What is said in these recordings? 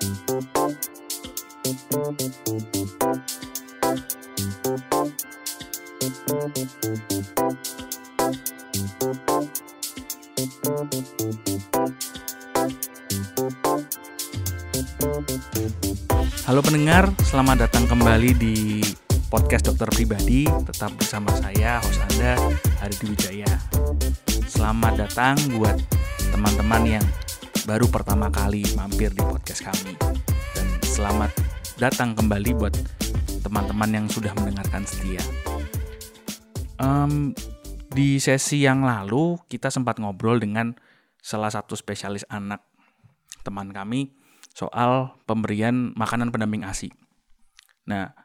Halo pendengar, selamat datang kembali di podcast Dokter Pribadi. Tetap bersama saya, host Anda, Haridi Wijaya. Selamat datang buat teman-teman yang baru pertama kali mampir di podcast kami. Dan selamat datang kembali buat teman-teman yang sudah mendengarkan setia. Di sesi yang lalu, kita sempat ngobrol dengan salah satu spesialis anak teman kami soal pemberian makanan pendamping ASI. Nah,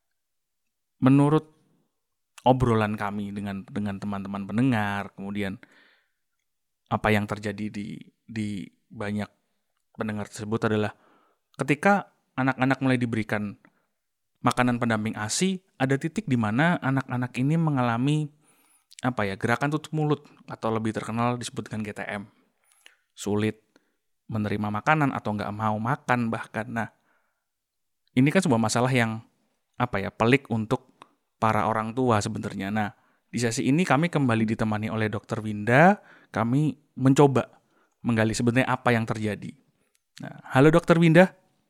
menurut obrolan kami dengan teman-teman pendengar, kemudian apa yang terjadi di banyak pendengar tersebut adalah ketika anak-anak mulai diberikan makanan pendamping ASI, ada titik di mana anak-anak ini mengalami gerakan tutup mulut atau lebih terkenal disebut dengan GTM. Sulit menerima makanan atau nggak mau makan bahkan. Nah, ini kan sebuah masalah yang pelik untuk para orang tua sebenarnya. Nah, di sesi ini kami kembali ditemani oleh Dr. Winda. Kami mencoba menggali sebenarnya apa yang terjadi. Nah, halo Dr. Winda.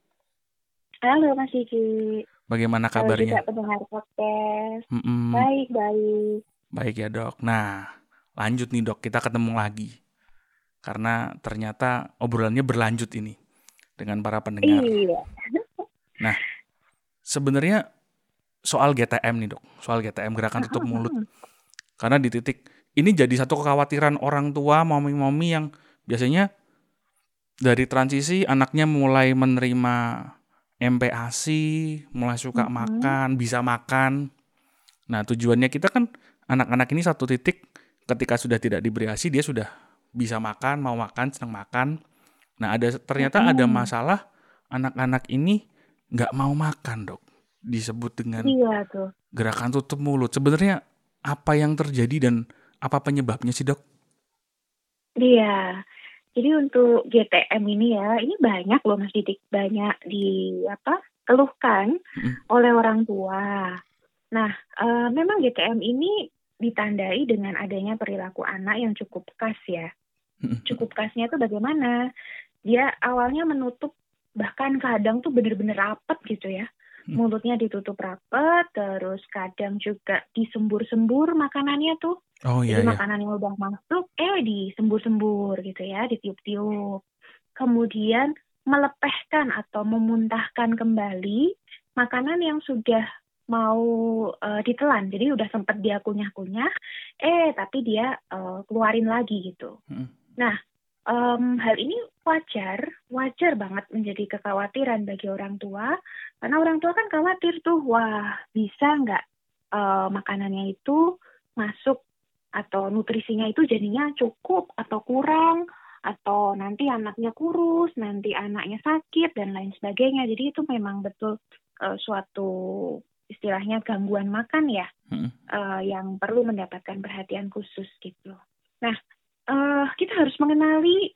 Halo Mas Diki. Bagaimana kabarnya? Halo juga pendengar podcast. Baik. Baik ya dok. Nah, lanjut nih dok, kita ketemu lagi. Karena ternyata obrolannya berlanjut ini dengan para pendengar. Iya. Nah, sebenarnya soal GTM nih dok, soal GTM gerakan tutup mulut. Karena di titik ini jadi satu kekhawatiran orang tua, mami-mami yang biasanya dari transisi anaknya mulai menerima MPASI, mulai suka makan, bisa makan. Nah, tujuannya kita kan anak-anak ini satu titik ketika sudah tidak diberi ASI, dia sudah bisa makan, mau makan, senang makan. Nah, ternyata ada masalah anak-anak ini nggak mau makan, dok. Disebut dengan gerakan tutup mulut. Sebenarnya apa yang terjadi dan apa penyebabnya sih, dok? Iya. Jadi untuk GTM ini ya, ini banyak loh Mas Didik, banyak dikeluhkan oleh orang tua. Nah, memang GTM ini ditandai dengan adanya perilaku anak yang cukup khas ya. Cukup khasnya itu bagaimana? Dia awalnya menutup, bahkan kadang tuh bener-bener rapet gitu ya. Mulutnya ditutup rapet, terus kadang juga disembur-sembur makanannya tuh. Jadi makanan yang udah masuk, disembur-sembur gitu ya, ditiup-tiup. Kemudian melepehkan atau memuntahkan kembali makanan yang sudah mau ditelan. Jadi udah sempat dia kunyah-kunyah, tapi dia keluarin lagi gitu. Nah, hal ini wajar banget menjadi kekhawatiran bagi orang tua, karena orang tua kan khawatir tuh, wah bisa nggak makanannya itu masuk atau nutrisinya itu jadinya cukup atau kurang, atau nanti anaknya kurus, nanti anaknya sakit dan lain sebagainya. Jadi itu memang betul suatu istilahnya gangguan makan ya, yang perlu mendapatkan perhatian khusus gitu. Nah, kita harus mengenali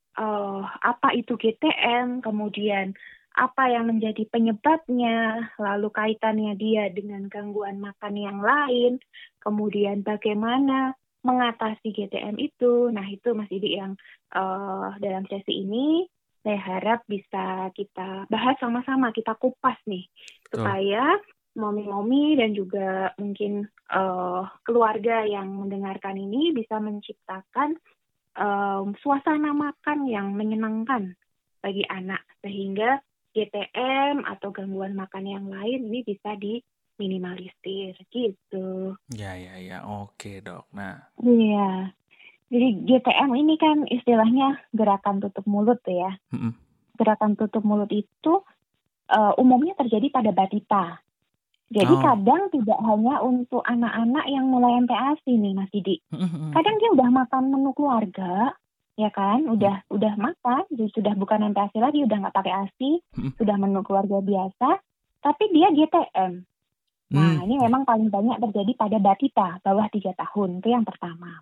apa itu GTM, kemudian apa yang menjadi penyebabnya, lalu kaitannya dia dengan gangguan makan yang lain, kemudian bagaimana mengatasi GTM itu. Nah, itu Mas Didi yang dalam sesi ini saya harap bisa kita bahas sama-sama, kita kupas nih, supaya momi-momi dan juga mungkin keluarga yang mendengarkan ini bisa menciptakan suasana makan yang menyenangkan bagi anak, sehingga GTM atau gangguan makan yang lain ini bisa diminimalisir gitu. Ya, oke dok. Nah, iya. Jadi GTM ini kan istilahnya gerakan tutup mulut ya. Gerakan tutup mulut itu umumnya terjadi pada balita. Jadi kadang tidak hanya untuk anak-anak yang mulai MPASI nih Mas Didi. Kadang dia udah makan menu keluarga, ya kan? Udah makan, sudah bukan MPASI lagi, udah nggak pakai ASI, sudah menu keluarga biasa, tapi dia GTM. Nah, ini memang paling banyak terjadi pada balita bawah 3 tahun, itu yang pertama.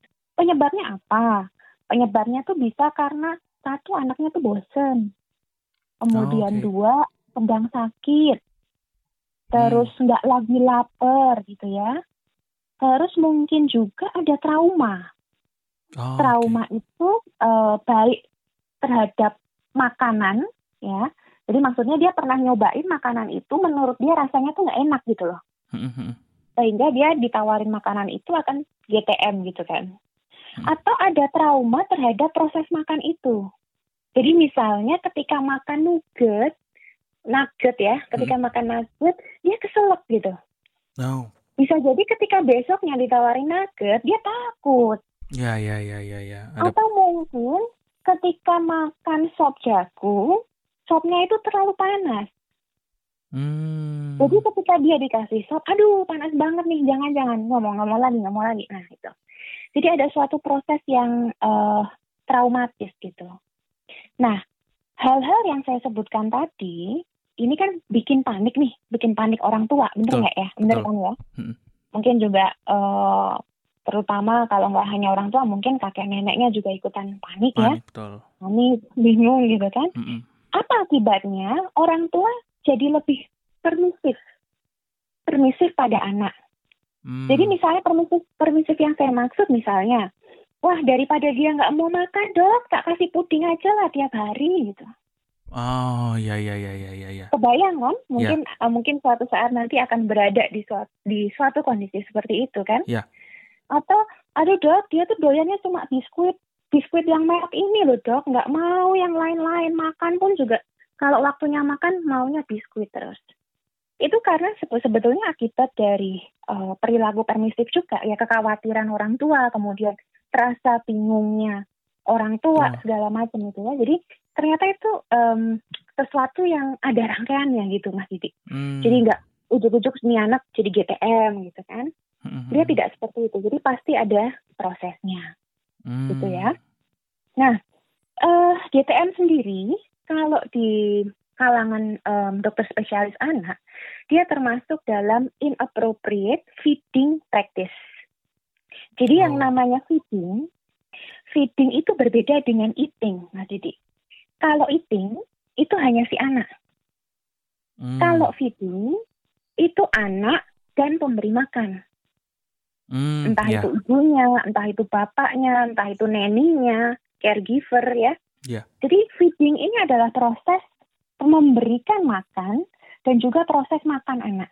Penyebabnya apa? Penyebabnya tuh bisa karena satu, anaknya tuh bosen. Kemudian Oke. 2, sedang sakit. Terus nggak lagi lapar gitu ya. Terus mungkin juga ada trauma. Trauma Oke. itu baik terhadap makanan ya. Jadi maksudnya dia pernah nyobain makanan itu, menurut dia rasanya tuh nggak enak gitu loh. Sehingga dia ditawarin makanan itu akan GTM gitu kan. Atau ada trauma terhadap proses makan itu. Jadi misalnya ketika makan nugget ya, ketika makan nugget dia keselak gitu. No. Bisa jadi ketika besoknya ditawarin nugget dia takut. Ya. Atau mungkin ketika makan sop jagung, sopnya itu terlalu panas. Jadi ketika dia dikasih sop, aduh panas banget nih, jangan ngomong lagi. Nah itu. Jadi ada suatu proses yang traumatis gitu. Nah, hal-hal yang saya sebutkan tadi, ini kan bikin panik orang tua, bener nggak ya? Bener kan ya? Mungkin juga terutama kalau nggak hanya orang tua, mungkin kakek neneknya juga ikutan panik ya. Betul. Panik, bingung gitu kan. Apa akibatnya? Orang tua jadi lebih permisif pada anak. Jadi misalnya permisif yang saya maksud misalnya, wah daripada dia nggak mau makan dok, tak kasih puding aja lah tiap hari gitu. Oh ya. Kebayang kan? Mungkin suatu saat nanti akan berada di suatu kondisi seperti itu kan? Ya. Atau, aduh dok, dia tuh doyannya cuma biskuit yang merek ini loh dok, nggak mau yang lain-lain, makan pun juga kalau waktunya makan maunya biskuit terus. Itu karena sebetulnya akibat dari perilaku permisif juga ya, kekhawatiran orang tua, kemudian rasa bingungnya orang tua segala macam itu ya. Jadi ternyata itu sesuatu yang ada rangkaiannya gitu Mas Didi. Jadi nggak ujuk-ujuk nih anak jadi GTM gitu kan. Dia tidak seperti itu. Jadi pasti ada prosesnya gitu ya. Nah GTM sendiri kalau di kalangan dokter spesialis anak, dia termasuk dalam inappropriate feeding practice. Jadi yang namanya feeding itu berbeda dengan eating, Mas Didi. Kalau eating, itu hanya si anak. Kalau feeding, itu anak dan pemberi makan. Entah itu ibunya, entah itu bapaknya, entah itu neninya, caregiver ya. Jadi feeding ini adalah proses memberikan makan dan juga proses makan anak.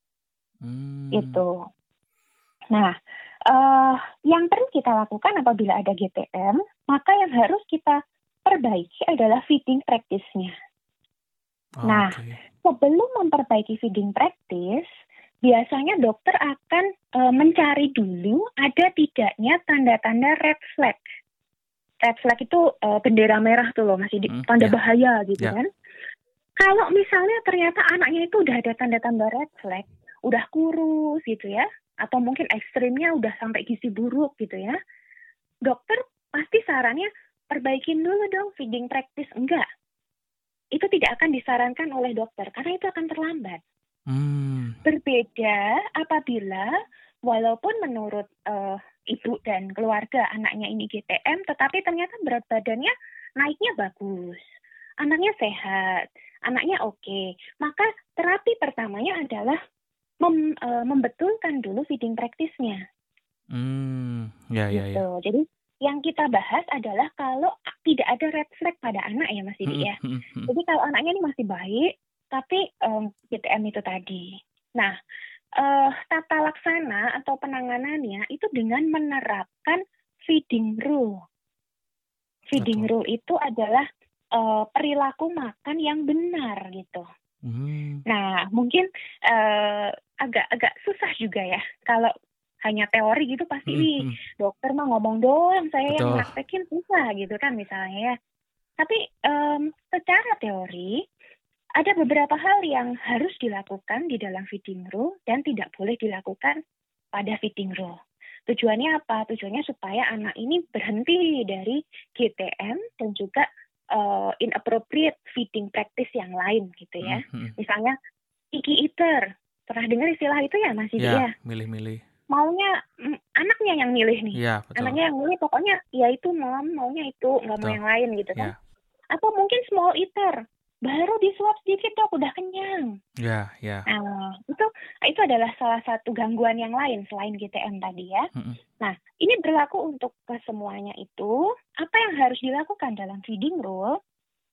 Itu. Nah, yang perlu kita lakukan apabila ada GTM, maka yang harus kita perbaiki adalah feeding practice-nya. Nah, sebelum memperbaiki feeding practice, biasanya dokter akan mencari dulu ada tidaknya tanda-tanda red flag. Red flag itu bendera merah tuh loh, masih tanda bahaya gitu kan. Kalau misalnya ternyata anaknya itu udah ada tanda-tanda red flag, udah kurus gitu ya, atau mungkin ekstrimnya udah sampai gizi buruk gitu ya, dokter pasti sarannya perbaikin dulu dong feeding practice. Enggak, itu tidak akan disarankan oleh dokter karena itu akan terlambat. Berbeda apabila walaupun menurut ibu dan keluarga anaknya ini GTM, tetapi ternyata berat badannya naiknya bagus, anaknya sehat, anaknya oke. Maka terapi pertamanya adalah membetulkan dulu feeding practice-nya. Gitu. Jadi yang kita bahas adalah kalau tidak ada red flag pada anak ya Mas Didi ya. Jadi kalau anaknya ini masih baik, tapi GTM itu tadi. Nah, tata laksana atau penanganannya itu dengan menerapkan feeding rule. Feeding rule itu adalah perilaku makan yang benar gitu. Nah, mungkin agak susah juga ya kalau hanya teori gitu pasti dokter mah ngomong doang, saya yang praktekin susah gitu kan misalnya ya. Tapi secara teori ada beberapa hal yang harus dilakukan di dalam feeding rule dan tidak boleh dilakukan pada feeding rule. Tujuannya apa? Tujuannya supaya anak ini berhenti dari GTM dan juga inappropriate feeding practice yang lain gitu ya. Misalnya picky eater. Pernah dengar istilah itu ya Mas Didi ya? Milih-milih. Maunya anaknya yang milih nih. Ya, betul. Anaknya yang milih pokoknya ya itu maunya itu, nggak mau yang lain gitu kan. Atau mungkin small eater. baru disuap sedikit dok udah kenyang. Ya, ya. Nah, itu adalah salah satu gangguan yang lain selain GTM tadi ya. Nah, ini berlaku untuk kesemuanya itu. Apa yang harus dilakukan dalam feeding rule?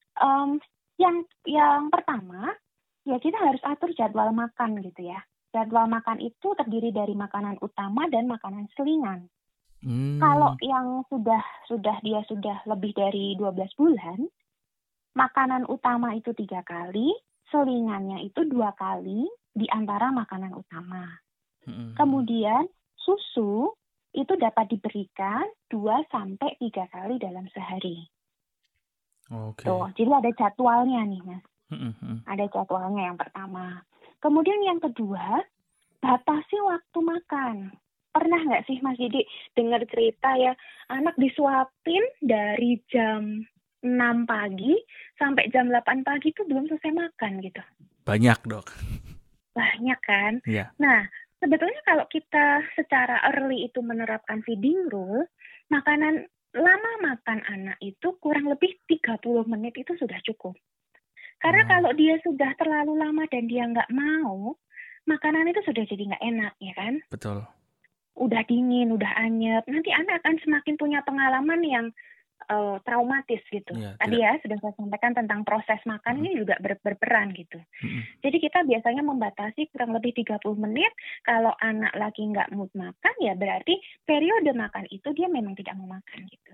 Yang pertama, ya kita harus atur jadwal makan gitu ya. Jadwal makan itu terdiri dari makanan utama dan makanan selingan. Kalau yang dia sudah lebih dari 12 bulan, makanan utama itu 3 kali, selingannya itu 2 kali di antara makanan utama. Kemudian susu itu dapat diberikan 2-3 kali dalam sehari. Oke. Tuh, jadi ada jadwalnya nih Mas. Ada jadwalnya yang pertama. Kemudian yang kedua, batasi waktu makan. Pernah nggak sih Mas Didi dengar cerita ya, anak disuapin dari jam 6 pagi sampai jam 8 pagi itu belum selesai makan gitu. Banyak dok. Banyak kan? Iya. Nah, sebetulnya kalau kita secara early itu menerapkan feeding rule, lama makan anak itu kurang lebih 30 menit itu sudah cukup. Karena kalau dia sudah terlalu lama dan dia nggak mau, makanan itu sudah jadi nggak enak ya kan? Betul. Udah dingin, udah anyep, nanti anak akan semakin punya pengalaman yang traumatis gitu. Ya, Tadi ya sudah saya sampaikan tentang proses makan ini juga berperan gitu. Jadi kita biasanya membatasi kurang lebih 30 menit. Kalau anak lagi nggak mood makan ya berarti periode makan itu dia memang tidak mau makan gitu.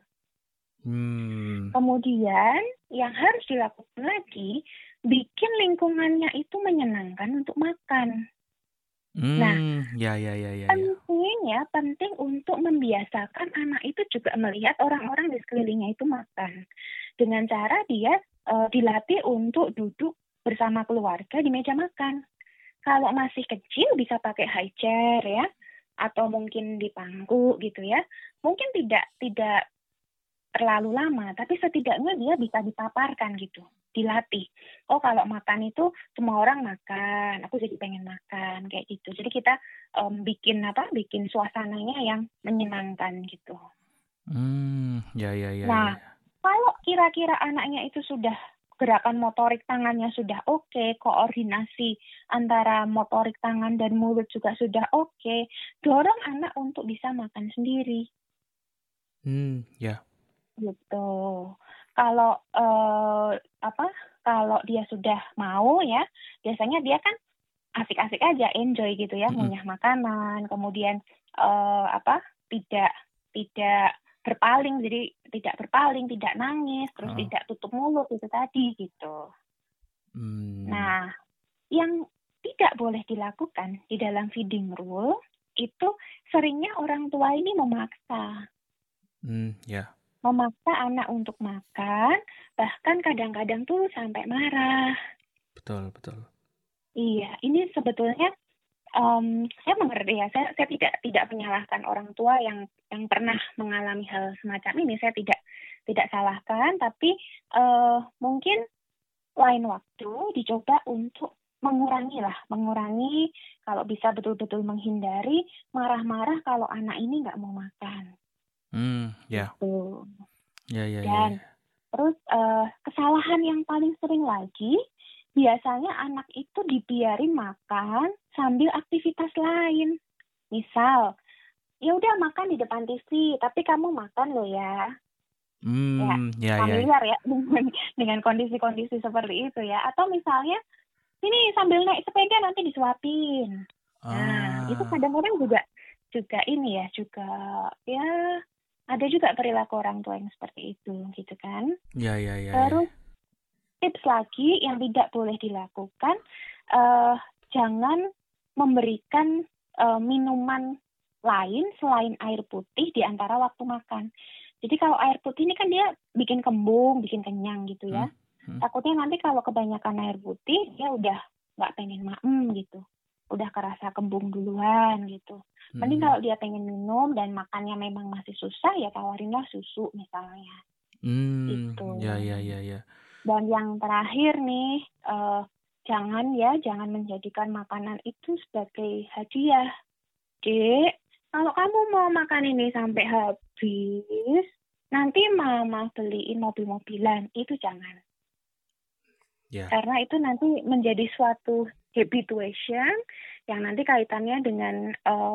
Kemudian yang harus dilakukan lagi, bikin lingkungannya itu menyenangkan untuk makan. Penting untuk membiasakan anak itu juga melihat orang-orang di sekelilingnya itu makan. Dengan cara dia dilatih untuk duduk bersama keluarga di meja makan. Kalau masih kecil bisa pakai high chair ya, atau mungkin di pangku gitu ya. Mungkin tidak terlalu lama, tapi setidaknya dia bisa dipaparkan gitu, dilatih. Oh kalau makan itu semua orang makan, aku jadi pengen makan kayak gitu. Jadi kita bikin suasananya yang menyenangkan gitu. Nah, kalau kira-kira anaknya itu sudah gerakan motorik tangannya sudah oke, koordinasi antara motorik tangan dan mulut juga sudah oke, dorong anak untuk bisa makan sendiri. Gitu. Kalau kalau dia sudah mau ya, biasanya dia kan asik-asik aja, enjoy gitu ya, ngunyah makanan, kemudian tidak berpaling, jadi tidak berpaling, tidak nangis, terus tidak tutup mulut itu tadi gitu. Nah, yang tidak boleh dilakukan di dalam feeding rule itu seringnya orang tua ini memaksa. Memaksa anak untuk makan, bahkan kadang-kadang tuh sampai marah. Betul. Iya, ini sebetulnya saya mengerti ya. Saya tidak menyalahkan orang tua yang pernah mengalami hal semacam ini. Saya tidak salahkan, tapi mungkin lain waktu dicoba untuk mengurangi kalau bisa betul-betul menghindari marah-marah kalau anak ini nggak mau makan. Gitu. Dan terus kesalahan yang paling sering lagi, biasanya anak itu dibiarin makan sambil aktivitas lain. Misal, ya udah makan di depan TV, tapi kamu makan loh ya. Familiar ya dengan kondisi-kondisi seperti itu ya. Atau misalnya, ini sambil naik sepeda nanti disuapin. Nah, itu kadang-kadang juga ini ya, juga ya ada juga perilaku orang tua yang seperti itu gitu kan. Terus tips lagi yang tidak boleh dilakukan, jangan memberikan minuman lain selain air putih di antara waktu makan. Jadi kalau air putih ini kan dia bikin kembung, bikin kenyang gitu ya. Takutnya nanti kalau kebanyakan air putih dia udah nggak pengen gitu, udah kerasa kembung duluan gitu. Mending kalau dia pengen minum dan makannya memang masih susah, ya tawarinlah susu misalnya. Gitu. Dan yang terakhir nih, jangan menjadikan makanan itu sebagai hadiah. Dek, kalau kamu mau makan ini sampai habis, nanti mama beliin mobil-mobilan. Itu jangan. Ya. Karena itu nanti menjadi suatu habituation yang nanti kaitannya dengan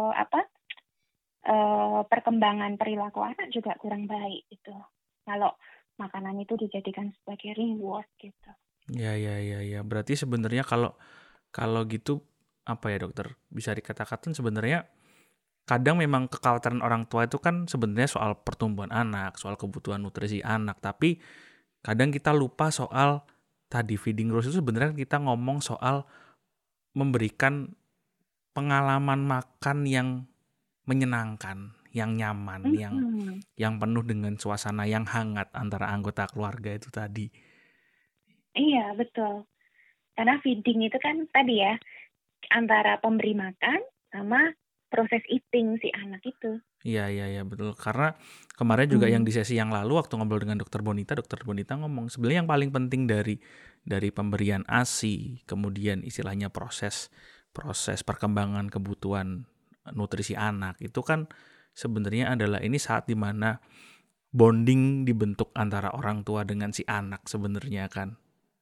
perkembangan perilaku anak juga kurang baik gitu. Kalau makanan itu dijadikan sebagai reward gitu. Ya. Berarti sebenarnya kalau gitu apa ya dokter? Bisa dikatakan sebenarnya kadang memang kekhawatiran orang tua itu kan sebenarnya soal pertumbuhan anak, soal kebutuhan nutrisi anak, tapi kadang kita lupa soal tadi feeding rules itu sebenarnya kita ngomong soal memberikan pengalaman makan yang menyenangkan, yang nyaman, yang penuh dengan suasana yang hangat antara anggota keluarga itu tadi. Iya, betul. Karena feeding itu kan tadi ya, antara pemberi makan sama proses eating si anak itu. Iya, betul. Karena kemarin juga yang di sesi yang lalu waktu ngobrol dengan Dokter Bonita ngomong sebenarnya yang paling penting dari pemberian ASI, kemudian istilahnya proses perkembangan kebutuhan nutrisi anak itu kan sebenarnya adalah ini saat dimana bonding dibentuk antara orang tua dengan si anak sebenarnya kan.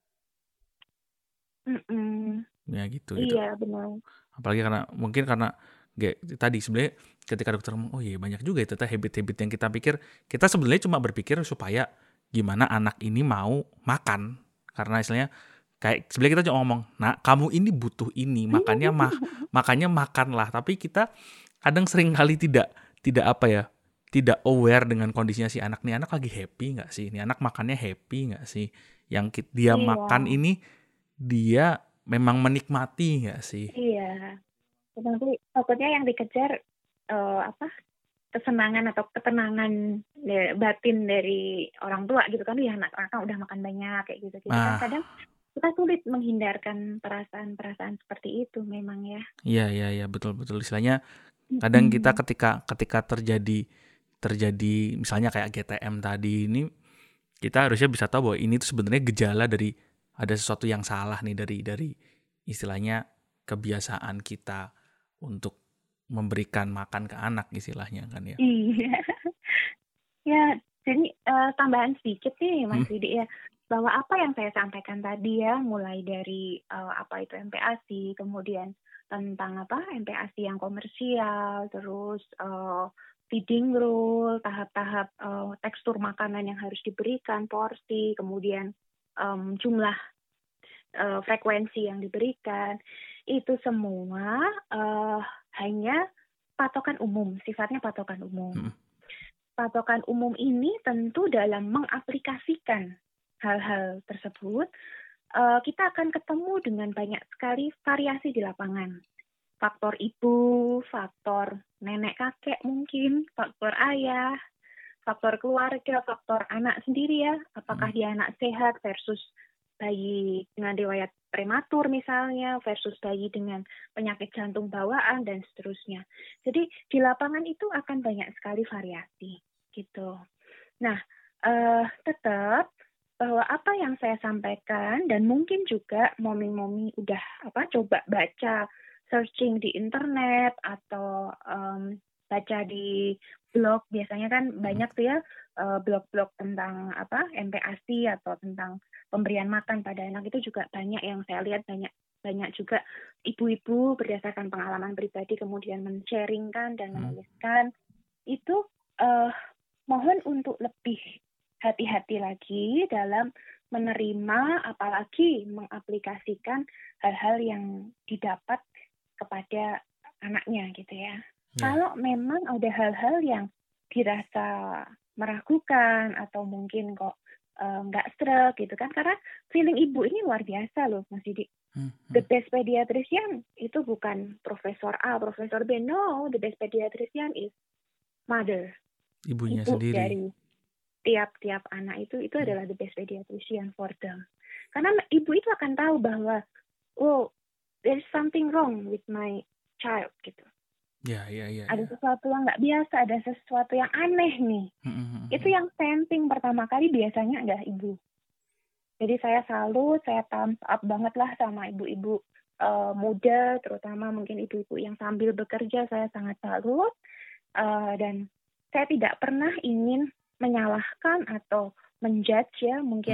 Ya gitu. Iya, benar. Apalagi karena tadi sebenarnya ketika dokter ngomong, oh iya banyak juga ya ternyata habit-habit yang kita pikir, kita sebenarnya cuma berpikir supaya gimana anak ini mau makan. Karena istilahnya kayak sebenarnya kita cuma ngomong, nah kamu ini butuh ini, makanya makanlah. Tapi kita kadang sering kali tidak tidak aware dengan kondisinya si anak. Nih anak lagi happy nggak sih? Nih anak makannya happy nggak sih? Yang dia makan ini dia memang menikmati nggak sih? Iya. Nanti takutnya yang dikejar kesenangan atau ketenangan batin dari orang tua gitu kan, ya anak-anak udah makan banyak kayak gitu kan. Kadang kita sulit menghindarkan perasaan-perasaan seperti itu memang ya. Iya, betul istilahnya kadang kita ketika terjadi misalnya kayak GTM tadi ini, kita harusnya bisa tahu bahwa ini tuh sebenarnya gejala dari ada sesuatu yang salah nih dari istilahnya kebiasaan kita untuk memberikan makan ke anak istilahnya kan ya. Iya. Ya, jadi tambahan sedikit nih Mas Didi ya, bahwa apa yang saya sampaikan tadi ya, mulai dari apa itu MPASI, kemudian tentang MPASI yang komersial, terus feeding rule, tahap-tahap tekstur makanan yang harus diberikan, porsi, kemudian jumlah frekuensi yang diberikan, itu semua hanya patokan umum, sifatnya patokan umum. Patokan umum ini tentu dalam mengaplikasikan hal-hal tersebut, kita akan ketemu dengan banyak sekali variasi di lapangan. Faktor ibu, faktor nenek kakek mungkin, faktor ayah, faktor keluarga, faktor anak sendiri ya, apakah dia anak sehat versus bayi dengan riwayat prematur misalnya, versus bayi dengan penyakit jantung bawaan dan seterusnya. Jadi di lapangan itu akan banyak sekali variasi gitu. Nah, tetap bahwa apa yang saya sampaikan dan mungkin juga momi-momi udah coba baca searching di internet atau baca di blog, biasanya kan banyak tuh ya blog-blog tentang MPASI atau tentang pemberian makan pada anak, itu juga banyak yang saya lihat, banyak juga ibu-ibu berdasarkan pengalaman pribadi kemudian men-sharingkan dan menuliskan itu. Mohon untuk lebih hati-hati lagi dalam menerima apalagi mengaplikasikan hal-hal yang didapat kepada anaknya gitu ya. Kalau memang ada hal-hal yang dirasa meragukan atau mungkin kok nggak stroke gitu kan, karena feeling ibu ini luar biasa loh Mas Didi. The best pediatrician itu bukan Profesor A, Profesor B, no, the best pediatrician is mother. Ibunya Ibu sendiri. dari tiap anak itu adalah the best pediatrician for them. Karena ibu itu akan tahu bahwa there is something wrong with my child gitu. Ya. Ada sesuatu yang nggak biasa, ada sesuatu yang aneh nih. Itu yang sensing pertama kali biasanya adalah ibu. Jadi saya salut, saya thumbs up banget lah sama ibu-ibu muda, terutama mungkin ibu-ibu yang sambil bekerja, saya sangat salut. Dan saya tidak pernah ingin menyalahkan atau menjudge ya, mungkin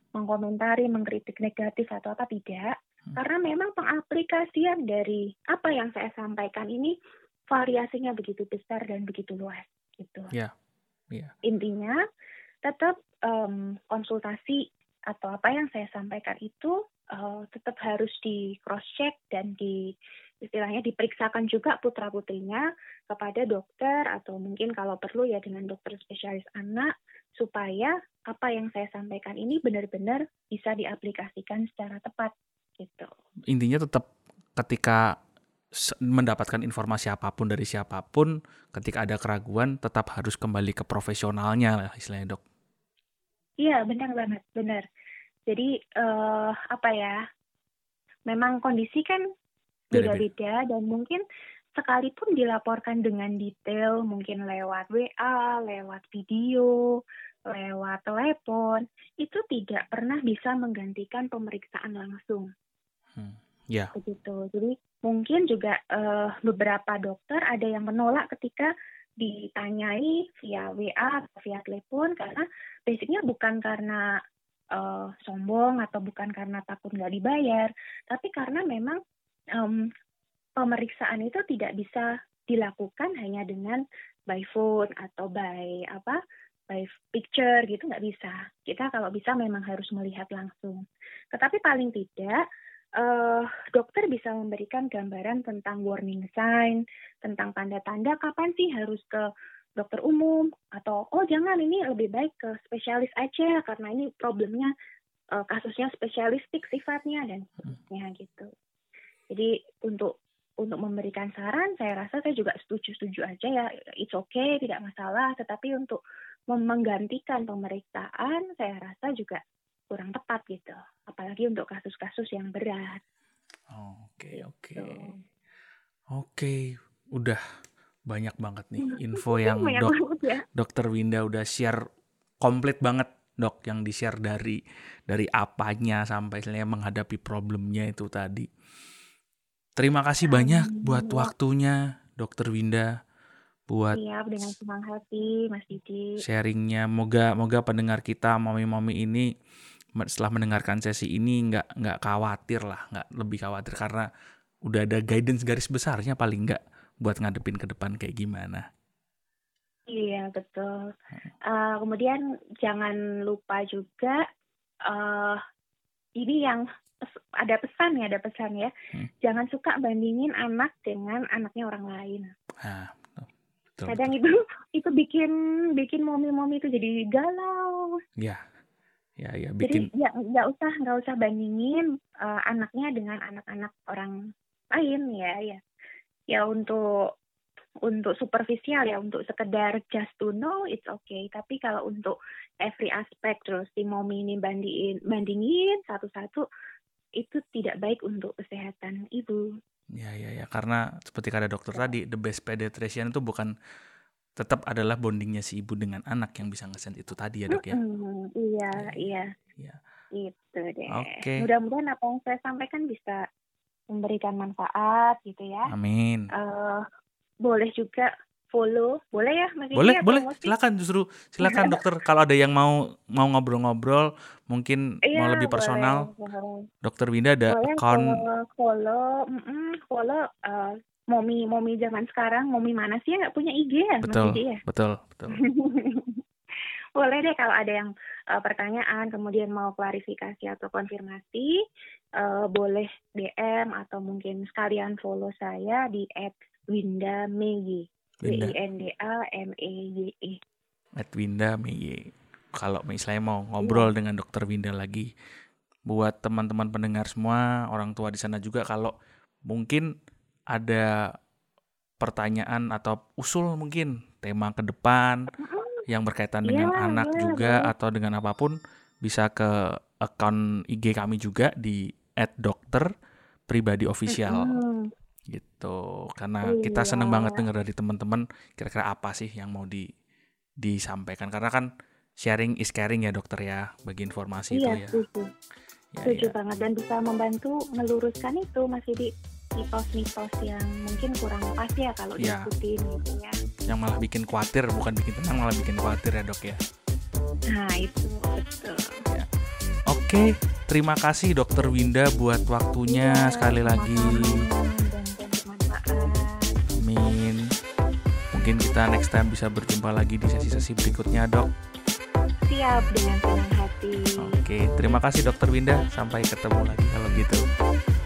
mengkomentari, mengkritik negatif atau apa, tidak. Karena memang pengaplikasian dari apa yang saya sampaikan ini variasinya begitu besar dan begitu luas gitu. Yeah. Intinya tetap konsultasi atau apa yang saya sampaikan itu tetap harus di cross check dan istilahnya diperiksakan juga putra-putrinya kepada dokter atau mungkin kalau perlu ya dengan dokter spesialis anak, supaya apa yang saya sampaikan ini benar-benar bisa diaplikasikan secara tepat gitu. Intinya tetap ketika mendapatkan informasi apapun dari siapapun, ketika ada keraguan tetap harus kembali ke profesionalnya lah istilahnya, Dok. Iya, benar banget, benar. Jadi memang kondisi kan beda-beda dan mungkin sekalipun dilaporkan dengan detail, mungkin lewat WA, lewat video, lewat telepon, itu tidak pernah bisa menggantikan pemeriksaan langsung. Begitu. Jadi mungkin juga beberapa dokter ada yang menolak ketika ditanyai via WA atau via telepon, karena basicnya bukan karena sombong atau bukan karena takut nggak dibayar, tapi karena memang pemeriksaan itu tidak bisa dilakukan hanya dengan by phone atau by picture gitu, nggak bisa. Kita kalau bisa memang harus melihat langsung. Tetapi paling tidak dokter bisa memberikan gambaran tentang warning sign, tentang tanda-tanda kapan sih harus ke dokter umum, atau jangan, ini lebih baik ke spesialis aja karena ini problemnya kasusnya spesialistik sifatnya dan sebagainya gitu. Jadi untuk memberikan saran, saya rasa saya juga setuju aja ya, it's okay, tidak masalah. Tetapi untuk menggantikan pemeriksaan, saya rasa juga kurang tepat gitu. Apalagi untuk kasus-kasus yang berat. Oke. Udah banyak banget nih info yang Dokter Winda udah share komplit banget, Dok, yang di-share dari apanya sampai istilahnya menghadapi problemnya itu tadi. Terima kasih banyak buat waktunya, Dokter Winda, buat dengan senang hati, Mas Didi. Sharingnya. Moga pendengar kita, mami-mami ini setelah mendengarkan sesi ini nggak khawatir lah, nggak lebih khawatir karena udah ada guidance garis besarnya paling nggak buat ngadepin ke depan kayak gimana. Iya, betul. Kemudian jangan lupa juga ini yang ada pesan ya. Jangan suka bandingin anak dengan anaknya orang lain. Betul. Kadang itu bikin momi-momi itu jadi galau. Ya, bikin. Jadi nggak usah bandingin anaknya dengan anak-anak orang lain ya. Ya untuk superficial ya, untuk sekedar just to know, it's okay. Tapi kalau untuk every aspect terus si momi ini bandingin satu-satu, itu tidak baik untuk kesehatan ibu. Ya, karena seperti kata dokter tadi, the best pediatrician itu bukan, tetap adalah bondingnya si ibu dengan anak yang bisa ngesense itu tadi ya, Dok ya. Iya. Itu deh. Oke. Mudah-mudahan apa yang saya sampaikan bisa memberikan manfaat gitu ya. Amin. Boleh juga follow, boleh ya Mas? Boleh. Silakan dokter. Kalau ada yang mau ngobrol-ngobrol, mungkin mau lebih personal, boleh. Dokter Winda ada account. Follow momi zaman sekarang. Momi mana sih yang nggak punya IG ya? Betul. Boleh deh kalau ada yang pertanyaan, kemudian mau klarifikasi atau konfirmasi, boleh DM atau mungkin sekalian follow saya di @windameye. WINDAMEYE. @windameye. Kalau misalnya mau ngobrol dengan Dokter Winda lagi, buat teman-teman pendengar semua, orang tua di sana juga, kalau mungkin ada pertanyaan atau usul mungkin tema ke depan yang berkaitan dengan anak juga atau dengan apapun, bisa ke akun IG kami juga di @dokterpribadiofficial. Gitu. Karena kita seneng banget dengar dari teman-teman kira-kira apa sih yang mau disampaikan, karena kan sharing is caring ya, dokter ya, bagi informasi itu ya. Setuju banget, dan bisa membantu meluruskan itu masih di mitos-mitos yang mungkin kurang pas ya kalau diikutin gitu ya. Yang malah bikin khawatir, bukan bikin tenang, malah bikin khawatir ya, Dok ya. Nah, itu betul. Oke, terima kasih Dokter Winda buat waktunya sekali lagi. Amin. Mungkin kita next time bisa berjumpa lagi di sesi-sesi berikutnya, Dok. Siap, dengan senang hati. Oke, terima kasih Dokter Winda. Sampai ketemu lagi kalau gitu.